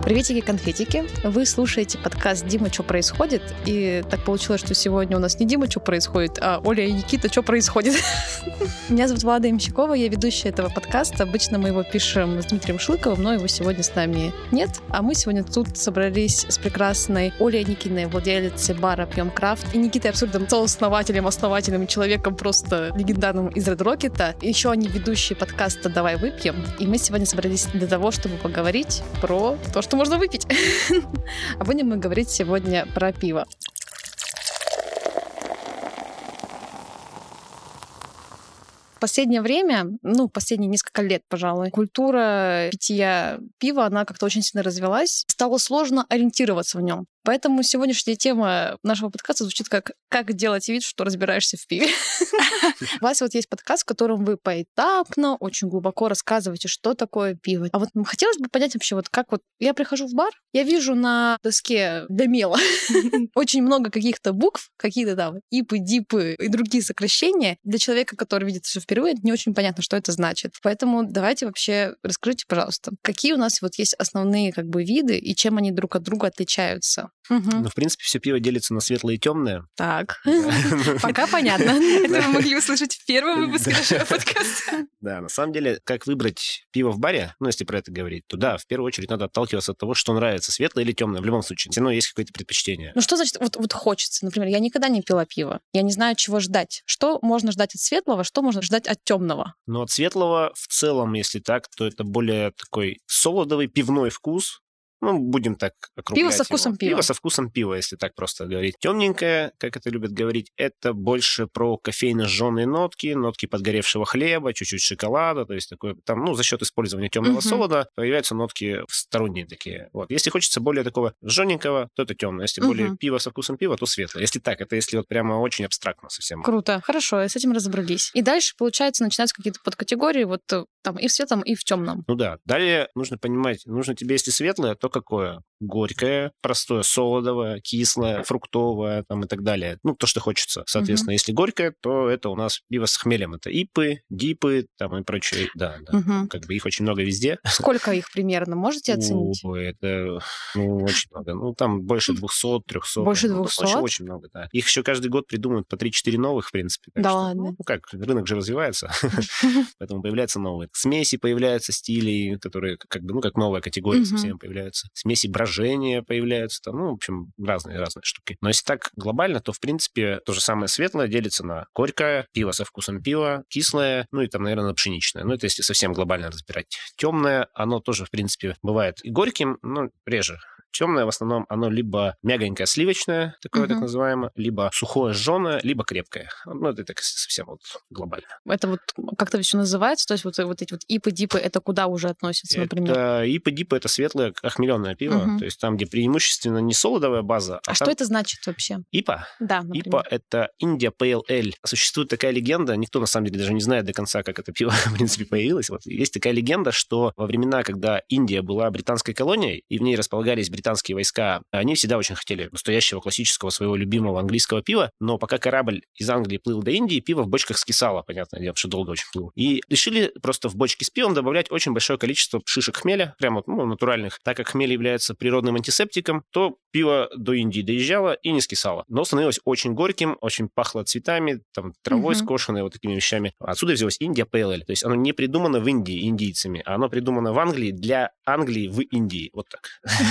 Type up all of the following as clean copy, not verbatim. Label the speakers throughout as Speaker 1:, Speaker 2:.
Speaker 1: Приветики-конфетики. Вы слушаете подкаст «Дима, что происходит?» И так получилось, что сегодня у нас не «Дима, что происходит?», а Оля и Никита, что происходит? Меня зовут Влада Ямщикова, я ведущая этого подкаста. Обычно мы его пишем с Дмитрием Шлыковым, но его сегодня с нами нет. А мы сегодня тут собрались с прекрасной Олей Аникиной, владелицей бара «Пьем Крафт», и Никитой Абсурдом, основателем и человеком просто легендарным из Red Rocket. Еще они ведущие подкаста «Давай выпьем». И мы сегодня собрались для того, чтобы поговорить про то, что можно выпить. А будем мы говорить сегодня про пиво. В последнее время, последние несколько лет, пожалуй, культура питья пива, она как-то очень сильно развилась. Стало сложно ориентироваться в нем. Поэтому сегодняшняя тема нашего подкаста звучит как делать вид, что разбираешься в пиве. У вас вот есть подкаст, в котором вы поэтапно, очень глубоко рассказываете, что такое пиво. А вот хотелось бы понять вообще, как я прихожу в бар, я вижу на доске для мела очень много каких-то букв, какие-то там ипы, дипы и другие сокращения. Для человека, который видит все впервые, не очень понятно, что это значит. Поэтому давайте вообще расскажите, пожалуйста, какие у нас есть основные виды и чем они друг от друга отличаются.
Speaker 2: В принципе, все пиво делится на светлое и темное.
Speaker 1: Так, пока понятно.
Speaker 3: Это вы могли услышать в первом выпуске нашего подкаста.
Speaker 2: Да, на самом деле, как выбрать пиво в баре, если про это говорить, то да, в первую очередь надо отталкиваться от того, что нравится, светлое или темное. В любом случае, все равно есть какое-то предпочтение.
Speaker 1: Что значит хочется? Например, я никогда не пила пиво. Я не знаю, чего ждать. Что можно ждать от светлого, что можно ждать от темного?
Speaker 2: От светлого в целом, если так, то это более такой солодовый пивной вкус. Будем так округлять
Speaker 1: Пиво со вкусом
Speaker 2: его.
Speaker 1: пива.
Speaker 2: Пиво со вкусом пива, если так просто говорить. Темненькое, как это любят говорить, это больше про кофейно-жжёные нотки подгоревшего хлеба, чуть-чуть шоколада, то есть такое, за счет использования темного солода появляются нотки сторонние такие. Если хочется более такого жжёненького, то это темное. Если более пиво со вкусом пива, то светлое. Если так, это если прямо очень абстрактно совсем.
Speaker 1: Круто, хорошо, с этим разобрались. И дальше, получается, начинаются какие-то подкатегории, и в светлом, и в темном.
Speaker 2: Да. Далее нужно понимать, нужно тебе, если светлое, то какое? Горькое, простое, солодовое, кислое, фруктовое и так далее. То, что хочется. Соответственно, если горькое, то это у нас пиво с хмелем. Это ипы, дипы, и прочее. Да. Их очень много везде.
Speaker 1: Сколько их примерно? Можете оценить?
Speaker 2: Это очень много. Там больше 200, 300.
Speaker 1: Больше 200?
Speaker 2: Очень много, да. Их еще каждый год придумывают по 3-4 новых, в принципе.
Speaker 1: Да ладно.
Speaker 2: Рынок же развивается, поэтому появляются новые. Смеси появляются, стили, которые как новая категория совсем появляются. Смеси брожения появляются, в общем, разные штуки. Но если так глобально, то, в принципе, то же самое светлое делится на горькое, пиво со вкусом пива, кислое, наверное, на пшеничное. Это если совсем глобально разбирать. Темное, оно тоже, в принципе, бывает и горьким, но реже. Темное в основном оно либо мягонькое сливочное, такое так называемое, либо сухое жжёное, либо крепкое. Это так совсем глобально.
Speaker 1: Это как-то все называется? То есть эти ипы, дипы, это куда уже относятся, например?
Speaker 2: Ипы, дипы — это светлое охмелённое пиво, то есть там, где преимущественно не солодовая база.
Speaker 1: А что это значит вообще?
Speaker 2: ипа?
Speaker 1: Да, например.
Speaker 2: ипа — это India Pale Ale. Существует такая легенда, никто на самом деле даже не знает до конца, как это пиво, в принципе, появилось. Есть такая легенда, что во времена, когда Индия была британской колонией, и в ней располагались британские войска, они всегда очень хотели настоящего классического своего любимого английского пива, но пока корабль из Англии плыл до Индии, пиво в бочках скисало, понятное дело, что долго очень плыло. И решили просто в бочки с пивом добавлять очень большое количество шишек хмеля, прямо натуральных. Так как хмель является природным антисептиком, то пиво до Индии доезжало и не скисало. Но становилось очень горьким, очень пахло цветами, травой скошенной, такими вещами. Отсюда взялось India Pale Ale. То есть оно не придумано в Индии индийцами, а оно придумано в Англии для Англии в Индии. Вот так.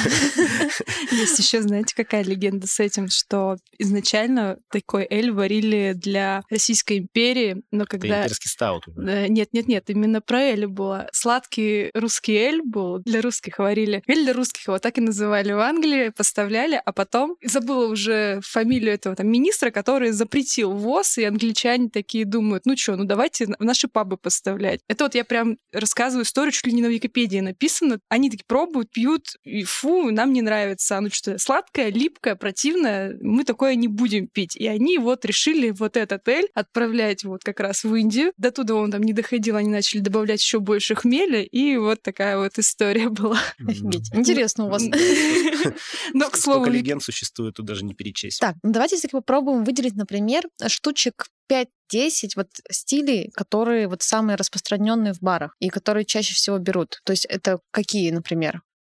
Speaker 3: Есть еще, знаете, какая легенда с этим, что изначально такой эль варили для Российской империи, но когда...
Speaker 2: Это имперский стаут.
Speaker 3: Нет, именно про эль было. Сладкий русский эль был, для русских варили. Эль для русских его так и называли в Англии, поставляли, а потом забыла уже фамилию этого министра, который запретил ввоз, и англичане такие думают, давайте в наши пабы поставлять. Это я прям рассказываю историю, чуть ли не на Википедии написано. Они такие пробуют, пьют, и фу, нам не нравится. Оно что-то сладкое, липкое, противное. Мы такое не будем пить. И они решили этот эль отправлять как раз в Индию. До туда он не доходил, они начали добавлять еще больше хмеля, и такая история была.
Speaker 1: Офигеть. Интересно у вас.
Speaker 3: Но, к слову...
Speaker 2: Сколько легенд существует, тут даже не перечесть.
Speaker 1: Так, давайте все-таки попробуем выделить, например, штучек 5-10 стилей, которые самые распространенные в барах и которые чаще всего берут. То есть это какие, например?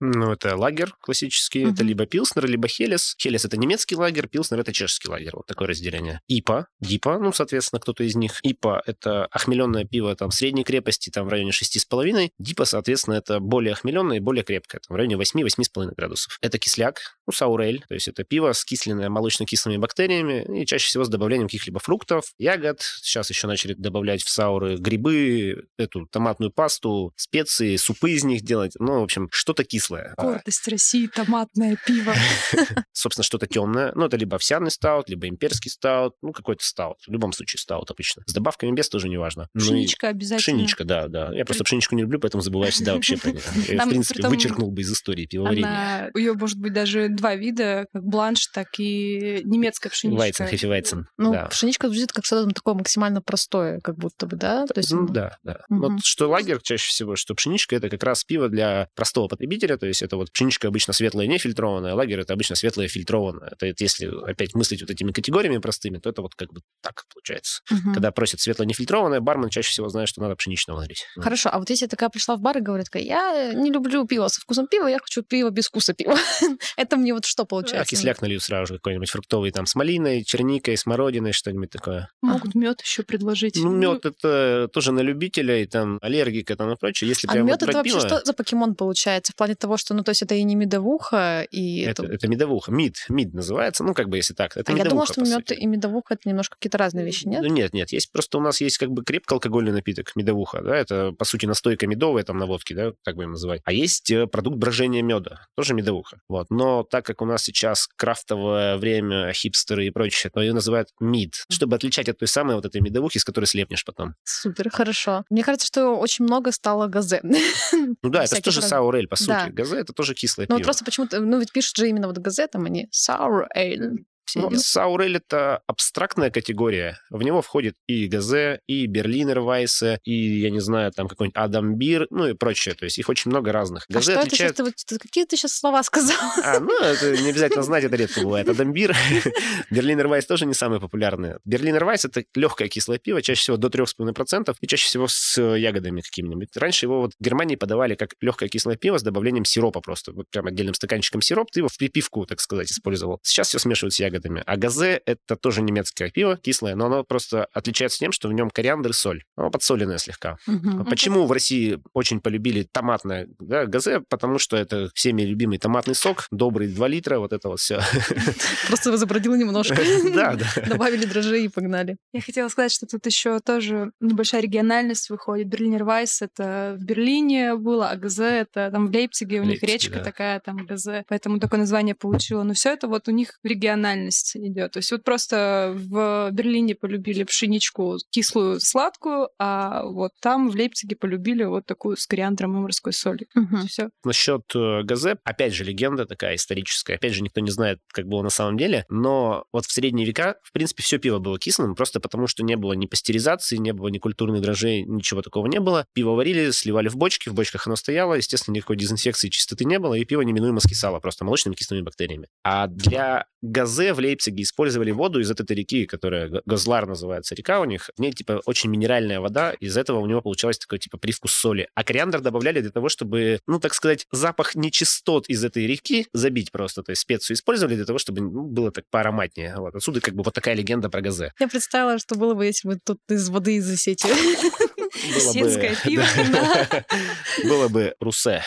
Speaker 2: Ну, это лагер классический, это либо пилснер, либо хелес. Хелес — это немецкий лагер, пилснер — это чешский лагер. Вот такое разделение. ИПА, ДИПА, ну, соответственно, кто-то из них. ИПА — это охмеленное пиво там средней крепости, там в районе 6,5. ДИПА, соответственно, это более охмеленное и более крепкое, там в районе 8-8,5 градусов. Это кисляк, ну, саурель, то есть это пиво скисленное молочно-кислыми бактериями и чаще всего с добавлением каких-либо фруктов, ягод. Сейчас еще начали добавлять в сауры грибы, эту томатную пасту, специи, супы из них делать. Ну, в общем, что-то кислое.
Speaker 3: Гордость России, томатное пиво.
Speaker 2: Собственно, что-то темное. Ну, это либо овсяный стаут, либо имперский стаут, ну, какой-то стаут. В любом случае стаут обычно. С добавками без тоже не важно.
Speaker 3: Пшеничка обязательно.
Speaker 2: Пшеничка, да. Я просто пшеничку не люблю, поэтому забываю всегда вообще про нее. Я, в принципе, вычеркнул бы из истории пивоварения.
Speaker 3: Ее может быть даже два вида, как бланш, так и немецкая пшеничка.
Speaker 2: Вайцен, хефевайцен.
Speaker 1: Ну,
Speaker 2: да.
Speaker 1: пшеничка звучит как что-то такое максимально простое, как будто бы, да? То есть,
Speaker 2: ну, да. Вот что лагерь чаще всего, что пшеничка — это как раз пиво для простого потребителя, то есть это вот пшеничка обычно светлая, нефильтрованная, лагерь — это обычно светлая, фильтрованная. Это если опять мыслить вот этими категориями простыми, то это вот как бы так получается. Когда просят светло-нефильтрованное, бармен чаще всего знает, что надо пшеничного налить.
Speaker 1: Хорошо, а вот если такая пришла в бар и говорит, я не люблю пиво со вкусом пива, я хочу пиво без вкуса пива. Это мне вот что получается?
Speaker 2: Кисляк нальют сразу же какой-нибудь фруктовый там с малиной, черникой, смородиной, что-нибудь такое.
Speaker 3: Могут мед еще предложить.
Speaker 2: Ну, мед это тоже на любителя, и там аллергика, там и прочее. Если прям
Speaker 1: мед
Speaker 2: вот
Speaker 1: это вообще
Speaker 2: пиво,
Speaker 1: что за покемон получается? В плане того, что, ну, то есть это и не медовуха, и...
Speaker 2: Это медовуха. Мид называется, ну, как бы, если так. Это
Speaker 1: я думала,
Speaker 2: медовуха,
Speaker 1: что мед и медовуха — это немножко какие-то разные вещи, нет?
Speaker 2: Ну, нет. У нас есть как бы крепко алкогольный напиток, медовуха, да, это, по сути, настойка медовая там на водке, да, так будем называть. А есть продукт брожения меда, тоже медовуха. Вот. Но так как у нас сейчас крафтовое время, хипстеры и прочее, то ее называют мид, чтобы отличать от той самой вот этой медовухи, с которой слепнешь потом.
Speaker 1: Супер, хорошо. Мне кажется, что очень много стало газе.
Speaker 2: Ну да, это тоже саур-эль, по сути. Газе — это тоже кислое пиво.
Speaker 1: Ну вот просто почему-то, ну ведь пишут же именно вот газе, там они саур-эль.
Speaker 2: Саурель — это абстрактная категория. В него входит и газе, и берлинер вайсе, и, я не знаю, там какой-нибудь адамбир, ну и прочее. То есть их очень много разных. Газе
Speaker 1: что
Speaker 2: отличает...
Speaker 1: это сейчас? Какие ты сейчас слова сказал?
Speaker 2: Это не обязательно знать, это редко бывает. Адамбир, берлинер вайс тоже не самые популярные. Берлинер вайс — это легкое кислое пиво, чаще всего до 3,5%, и чаще всего с ягодами какими-нибудь. Раньше его вот в Германии подавали как легкое кислое пиво с добавлением сиропа просто. Вот прям отдельным стаканчиком сироп, ты его в припивку, так сказать, использовал. Сейчас все смешивают с ягодами. А газе — это тоже немецкое пиво, кислое, но оно просто отличается тем, что в нем кориандр и соль. Оно подсоленное слегка. Почему в России очень полюбили томатное газе? Потому что это всеми любимый томатный сок, добрый 2 литра, вот это вот все.
Speaker 1: Просто возобродило немножко.
Speaker 2: Да.
Speaker 1: Добавили дрожжей и погнали.
Speaker 3: Я хотела сказать, что тут еще тоже небольшая региональность выходит. Берлинер Вайс — это в Берлине было, а газе — это там в Лейпциге, у них речка такая, там газе. Поэтому такое название получило. Но все это вот у них региональность идет. То есть вот просто в Берлине полюбили пшеничку кислую, сладкую, а вот там в Лейпциге полюбили вот такую с кориандром и морской солью. Все.
Speaker 2: Насчет газе, опять же, легенда такая историческая. Опять же, никто не знает, как было на самом деле, но вот в средние века, в принципе, все пиво было кислым, просто потому что не было ни пастеризации, не было ни культурных дрожжей, ничего такого не было. Пиво варили, сливали в бочки, в бочках оно стояло, естественно, никакой дезинфекции, чистоты не было, и пиво неминуемо скисало просто молочными кислыми бактериями. А для газе в Лейпциге использовали воду из этой реки, которая Гозлар называется река у них. В ней, типа, очень минеральная вода, из-за этого у него получалось такой, типа, привкус соли. А кориандр добавляли для того, чтобы, ну, так сказать, запах нечистот из этой реки забить просто. То есть специю использовали для того, чтобы было так поароматнее. Вот. Отсюда как бы вот такая легенда про газе.
Speaker 1: Я представила, что было бы, если бы тут из воды из сети.
Speaker 3: Сетское пиво.
Speaker 2: Было бы Русе.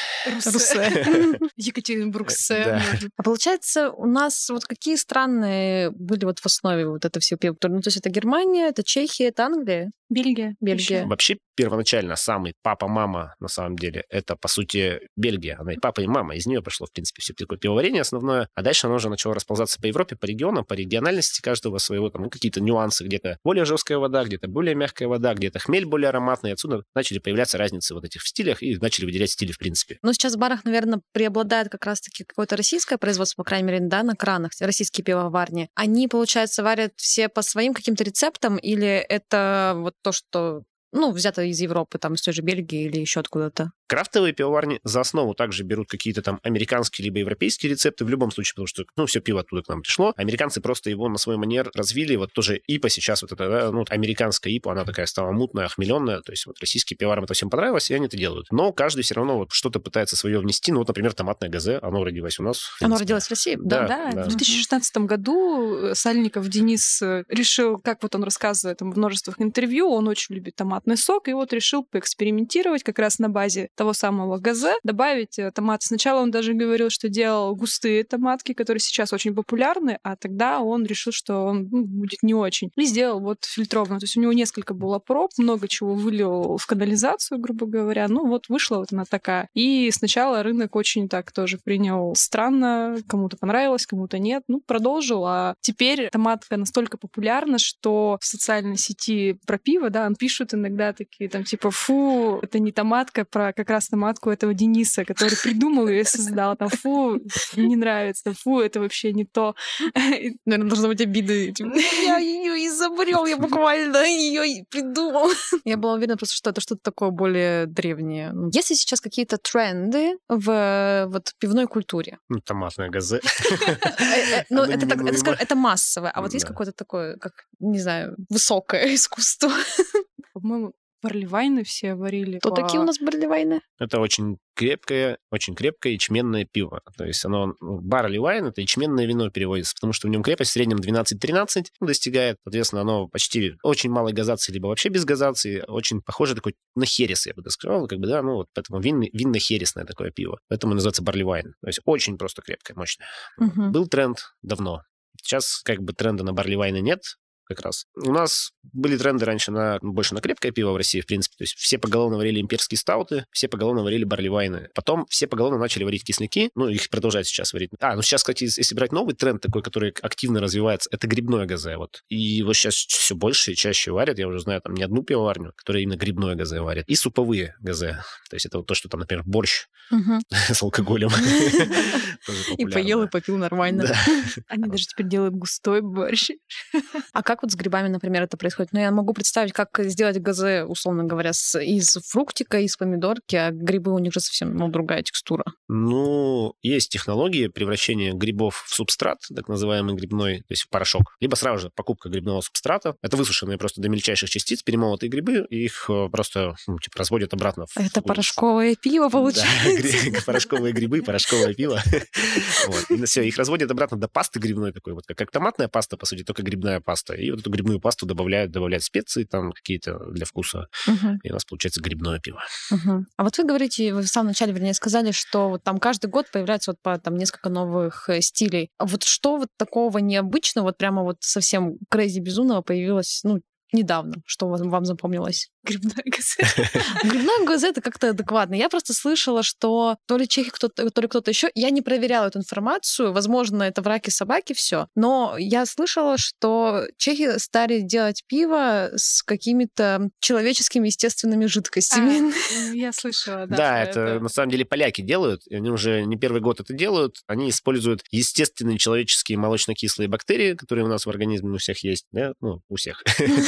Speaker 3: Екатеринбургсе.
Speaker 1: А получается, у нас вот какие страны были вот в основе вот этого всего пива? Ну, то есть это Германия, это Чехия, это Англия?
Speaker 3: Бельгия.
Speaker 2: Вообще, первоначально самый папа-мама, на самом деле, это, по сути, Бельгия. Она и папа, и мама. Из нее пошло, в принципе, все такое пивоварение основное. А дальше оно уже начало расползаться по Европе, по регионам, по региональности каждого своего, там, какие-то нюансы. Где-то более жесткая вода, где-то более мягкая вода, где-то хмель более ароматный. Отсюда начали появляться разницы вот этих в стилях и начали выделять стили, в принципе.
Speaker 1: Но сейчас в барах, наверное, преобладает как раз-таки какое-то российское производство, по крайней мере, да, на кранах, российские пивоварни. Они, получается, варят все по своим каким-то рецептам или это вот то, что Ну, взято из Европы, там, из той же Бельгии или еще откуда-то.
Speaker 2: Крафтовые пивоварни за основу также берут какие-то там американские либо европейские рецепты в любом случае, потому что, ну, все пиво оттуда к нам пришло. Американцы просто его на свой манер развили. Вот тоже ИПА сейчас вот это, да, ну, американская ИПА, она такая стала мутная, охмеленная. То есть вот российские пивоварам это всем понравилось, и они это делают. Но каждый все равно вот что-то пытается свое внести. Ну, вот, например, томатное газе, оно родилось у нас.
Speaker 1: Оно родилось в России?
Speaker 3: Да. В 2016 году Сальников Денис решил, как вот он рассказывает в множествах интервью, он очень любит томатный сок, и вот решил поэкспериментировать как раз на базе того самого газе, добавить томаты. Сначала он даже говорил, что делал густые томатки, которые сейчас очень популярны, а тогда он решил, что он будет не очень. И сделал вот фильтрованно. То есть у него несколько было проб, много чего вылил в канализацию, грубо говоря. Ну вот вышла вот она такая. И сначала рынок очень так тоже принял странно, кому-то понравилось, кому-то нет. Ну, продолжил, а теперь томатка настолько популярна, что в социальной сети про пиво, да, он пишут иногда такие там типа фу, это не томатка, про как раз томатку этого Дениса, который придумал ее и создал. Там фу, не нравится, фу, это вообще не то.
Speaker 1: Наверное, должно быть обида. Я ее изобрел, я буквально ее придумал. Я была уверена просто, что это что-то такое более древнее. Есть ли сейчас какие-то тренды в вот пивной культуре?
Speaker 2: Ну, томатное газе.
Speaker 1: Ну, это массовое. А вот есть какое-то такое, как, не знаю, высокое искусство?
Speaker 3: По-моему, барливайны все варили.
Speaker 1: Кто такие у нас барливайны?
Speaker 2: Это очень крепкое ячменное пиво. То есть оно, барли вайн, это ячменное вино переводится, потому что в нем крепость в среднем 12-13 достигает. Соответственно, оно почти очень малой газации, либо вообще без газации. Очень похоже такой на херес, я бы так сказал. Как бы, да, ну вот поэтому винно-хересное такое пиво. Поэтому называется барли вайн. То есть очень просто крепкое, мощное. Был тренд давно. Сейчас как бы тренда на барли вайны нет. Как раз. У нас были тренды раньше больше на крепкое пиво в России, в принципе. То есть все поголовно варили имперские стауты, все поголовно варили барливайны. Потом все поголовно начали варить кисляки, ну, их продолжают сейчас варить. Ну сейчас, кстати, если брать новый тренд такой, который активно развивается, это грибное газе. Вот. И вот сейчас все больше и чаще варят. Я уже знаю там не одну пивоварню, которая именно грибное газе варит. И суповые газе. То есть это вот то, что там, например, борщ с алкоголем.
Speaker 1: И поел, и попил нормально.
Speaker 3: Они даже теперь делают густой борщ.
Speaker 1: А как вот с грибами, например, это происходит? Ну, я могу представить, как сделать газе, условно говоря, из фруктика, из помидорки, а грибы у них же совсем другая текстура.
Speaker 2: Ну, есть технологии превращения грибов в субстрат, так называемый грибной, то есть в порошок. Либо сразу же покупка грибного субстрата. Это высушенные просто до мельчайших частиц, перемолотые грибы, и их просто разводят обратно.
Speaker 1: Это порошковое пиво получается.
Speaker 2: Да, порошковые грибы, порошковое пиво. И все, их разводят обратно до пасты грибной такой, вот как томатная паста, по сути, только грибная паста. И вот эту грибную пасту добавляют специи там какие-то для вкуса. И у нас получается грибное пиво.
Speaker 1: А вот вы говорите, вы в самом начале, вернее, сказали, что вот там каждый год появляется вот по там несколько новых стилей. А вот что вот такого необычного, вот прямо вот совсем крейзи безумного появилось, ну, недавно, что вам запомнилось?
Speaker 3: Грибное газе.
Speaker 1: Грибное газе — это как-то адекватно. Я просто слышала, что то ли чехи, то ли кто-то еще. Я не проверяла эту информацию. Возможно, это враки собаки, все. Но я слышала, что чехи стали делать пиво с какими-то человеческими естественными жидкостями.
Speaker 3: Я слышала, да.
Speaker 2: Да, это на самом деле поляки делают. Они уже не первый год это делают. Они используют естественные человеческие молочно-кислые бактерии, которые у нас в организме у всех есть. Да? Ну, у всех.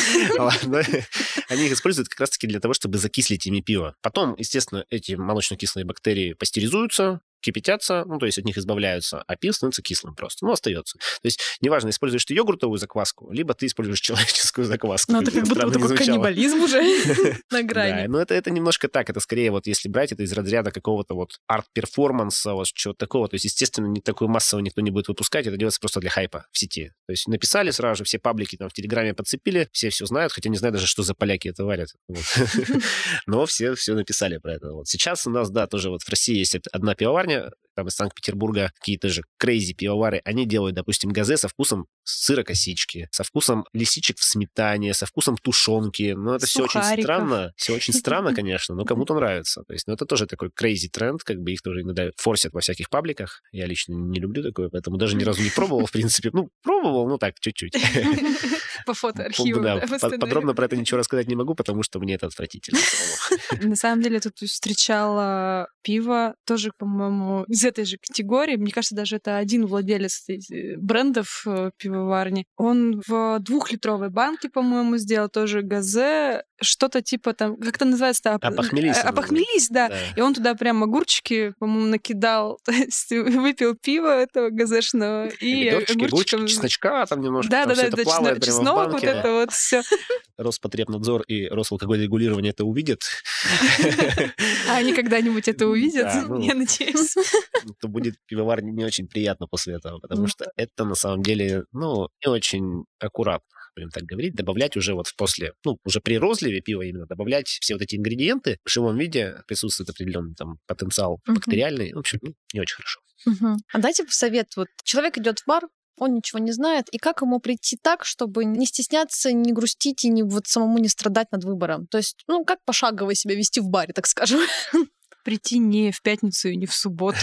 Speaker 2: Они их используют как раз-таки для того, чтобы закислить ими пиво. Потом, естественно, эти молочно-кислые бактерии пастеризуются, кипятятся, ну, то есть от них избавляются, а пиво становится кислым просто. Ну, остается. То есть, неважно, используешь ты йогуртовую закваску, либо ты используешь человеческую закваску.
Speaker 1: Ну, это как будто такой каннибализм уже на грани.
Speaker 2: Да, но это немножко так. Это скорее вот, если брать это из разряда какого-то вот арт-перформанса, вот чего-то такого. То есть, естественно, не такую массово никто не будет выпускать. Это делается просто для хайпа в сети. То есть, написали сразу же, все паблики там в Телеграме подцепили, все знают, хотя не знают даже, что за поляки это варят. Но все написали про это. Сейчас у нас, да, тоже вот в России есть одна пивоварня, там из Санкт-Петербурга, какие-то же крейзи пивовары, они делают, допустим, газе со вкусом сыра-косички, со вкусом лисичек в сметане, со вкусом тушенки. Ну, это все очень странно, конечно, но кому-то нравится. То есть, ну, это тоже такой крейзи тренд, как бы их тоже иногда форсят во всяких пабликах. Я лично не люблю такое, поэтому даже ни разу не пробовал, в принципе. Ну, пробовал, ну так, чуть-чуть.
Speaker 3: По фотоархиву.
Speaker 2: Да, подробно про это ничего рассказать не могу, потому что мне это отвратительно.
Speaker 3: На самом деле, тут встречала пиво, тоже, по-моему, из этой же категории. Мне кажется, даже это один владелец брендов пивоварни. Он в 2-литровой банке, по-моему, сделал тоже газе, что-то типа там, как это называется-то?
Speaker 2: Опохмелись.
Speaker 3: Опохмелись, да. И он туда прям огурчики, по-моему, накидал, то есть выпил пиво этого газешного и огурчиком...
Speaker 2: чесночка там немножко,
Speaker 3: да,
Speaker 2: чеснок,
Speaker 3: вот это вот все.
Speaker 2: Роспотребнадзор и Росалкогольрегулирование это увидят.
Speaker 3: А они когда-нибудь это увидят, я надеюсь.
Speaker 2: То будет пивоварне не очень приятно после этого, потому что это на самом деле, не очень аккуратно, будем так говорить, добавлять уже вот после, уже при розливе пива именно, добавлять все вот эти ингредиенты в живом виде, присутствует определенный там потенциал бактериальный, в общем, не очень хорошо.
Speaker 1: А дайте совет, вот человек идет в бар, он ничего не знает, и как ему прийти так, чтобы не стесняться, не грустить и самому не страдать над выбором? То есть, как пошагово себя вести в баре, так скажем?
Speaker 3: Прийти не в пятницу и не в субботу.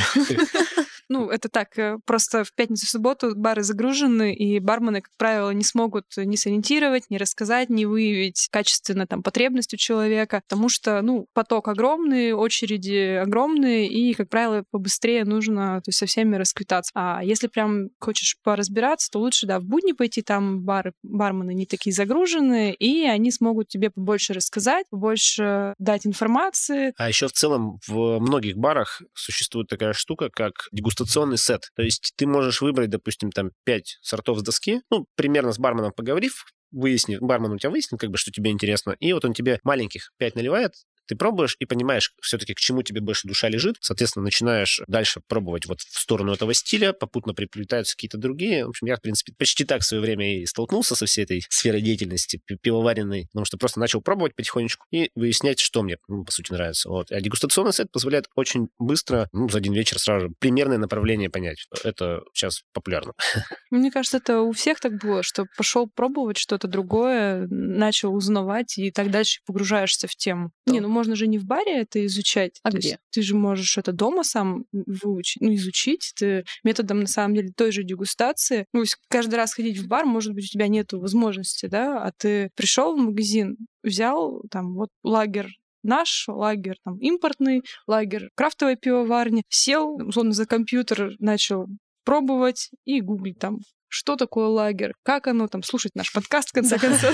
Speaker 3: Это так, просто в пятницу и в субботу бары загружены, и бармены, как правило, не смогут ни сориентировать, ни рассказать, ни выявить качественно там потребность у человека, потому что, поток огромный, очереди огромные, и, как правило, побыстрее нужно, то есть, со всеми расквитаться. А если прям хочешь поразбираться, то лучше, в будни пойти, там бармены не такие загруженные, и они смогут тебе побольше рассказать, побольше дать информации.
Speaker 2: А еще в целом в многих барах существует такая штука, как дегустационный сет. То есть ты можешь выбрать, допустим, там 5 сортов с доски, примерно с барменом поговорив, бармен у тебя выяснит, что тебе интересно, и вот он тебе маленьких 5 наливает, ты пробуешь и понимаешь все-таки, к чему тебе больше душа лежит. Соответственно, начинаешь дальше пробовать вот в сторону этого стиля, попутно приплетаются какие-то другие. В общем, я, в принципе, почти так в свое время и столкнулся со всей этой сферой деятельности пивоваренной, потому что просто начал пробовать потихонечку и выяснять, что мне, по сути, нравится. Вот. А дегустационный сет позволяет очень быстро, за один вечер сразу же примерное направление понять. Это сейчас популярно.
Speaker 3: Мне кажется, это у всех так было, что пошел пробовать что-то другое, начал узнавать, и так дальше погружаешься в тему. Можно же не в баре это изучать.
Speaker 1: А где?
Speaker 3: Ты же можешь это дома сам выучить, изучить. Ты методом, на самом деле, той же дегустации. Каждый раз ходить в бар, может быть, у тебя нет возможности, а ты пришел в магазин, взял там лагерь наш, лагерь там импортный, лагерь крафтовой пивоварни, сел, условно, за компьютер, начал пробовать и гуглить там, что такое лагерь, как оно там, слушать наш подкаст, в конце концов.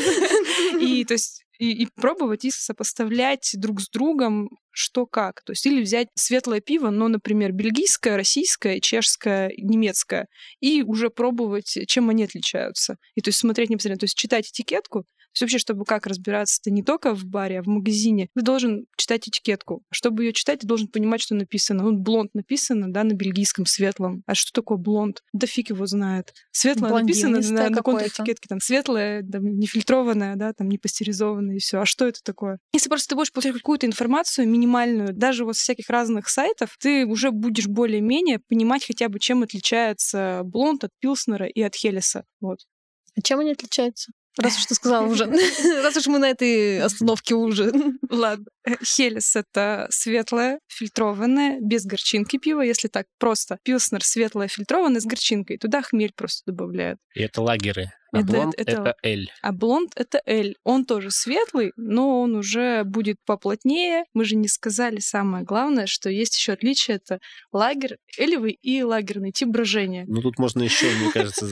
Speaker 3: И, то есть, и пробовать и сопоставлять друг с другом, что как. То есть, или взять светлое пиво, например, бельгийское, российское, чешское, немецкое, и уже пробовать, чем они отличаются. И то есть смотреть непосредственно, то есть читать этикетку. То есть вообще, чтобы как разбираться-то не только в баре, а в магазине, ты должен читать этикетку. Чтобы ее читать, ты должен понимать, что написано. Блонд написано, на бельгийском светлом. А что такое блонд? Да фиг его знает. Светлое написано на контр-этикетке. Там светлое, нефильтрованное, там не пастеризованное, и все. А что это такое? Если просто ты будешь получать какую-то информацию минимальную, даже с всяких разных сайтов, ты уже будешь более-менее понимать хотя бы, чем отличается блонд от пилснера и от хелеса. Вот.
Speaker 1: А чем они отличаются? Раз уж ты сказала уже. Раз уж мы на этой остановке уже.
Speaker 3: Ладно. Хелес — это светлое, фильтрованное, без горчинки пиво. Если так просто. Пилснер светлое, фильтрованное, с горчинкой. Туда хмель просто добавляют.
Speaker 2: И это лагеры. А блонд — это L.
Speaker 3: А блонд — это L. Он тоже светлый, но он уже будет поплотнее. Мы же не сказали самое главное, что есть еще отличие. Это лагер, элевый и лагерный тип брожения.
Speaker 2: Тут можно еще, мне кажется,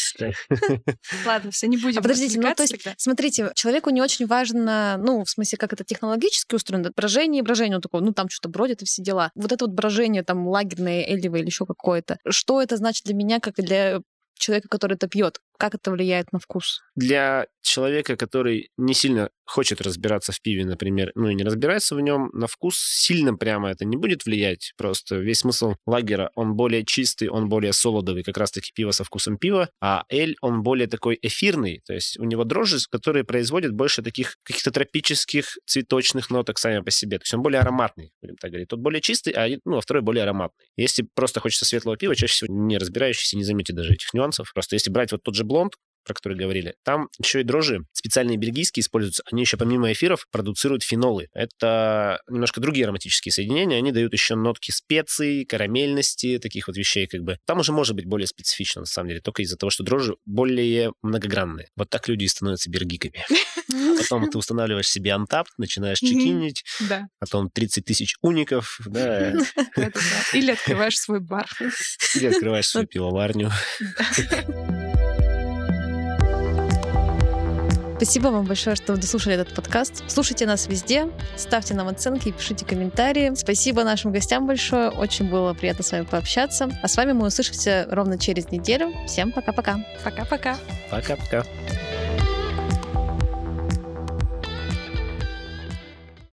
Speaker 3: Ладно, все, не будем.
Speaker 1: Подождите, то есть, смотрите, человеку не очень важно, в смысле, как это технологически устроено, брожение, он такой, там что-то бродит и все дела. Вот это брожение, там, лагерное, элевое или еще какое-то. Что это значит для меня, как и для человека, который это пьет? Как это влияет на вкус?
Speaker 2: Для человека, который не сильно хочет разбираться в пиве, например, и не разбирается в нем, на вкус сильно прямо это не будет влиять. Просто весь смысл лагера, он более чистый, он более солодовый, как раз-таки пиво со вкусом пива, а эль, он более такой эфирный, то есть у него дрожжи, которые производят больше таких каких-то тропических цветочных ноток сами по себе. То есть он более ароматный, будем так говорить. Тот более чистый, а второй более ароматный. Если просто хочется светлого пива, чаще всего не разбирающийся не заметит даже этих нюансов. Просто если брать вот тот же блонд, про который говорили, там еще и дрожжи специальные бельгийские используются. Они еще помимо эфиров продуцируют фенолы. Это немножко другие ароматические соединения. Они дают еще нотки специй, карамельности, таких вот вещей как бы. Там уже может быть более специфично, на самом деле, только из-за того, что дрожжи более многогранные. Вот так люди и становятся бельгиками. Потом ты устанавливаешь себе Untappd, начинаешь чекинить, потом 30 тысяч уников, да.
Speaker 3: Или открываешь свой бар.
Speaker 2: Или открываешь свою пивоварню.
Speaker 1: Спасибо вам большое, что вы дослушали этот подкаст. Слушайте нас везде, ставьте нам оценки и пишите комментарии. Спасибо нашим гостям большое. Очень было приятно с вами пообщаться. А с вами мы услышимся ровно через неделю. Всем пока-пока.
Speaker 3: Пока-пока.
Speaker 2: Пока-пока.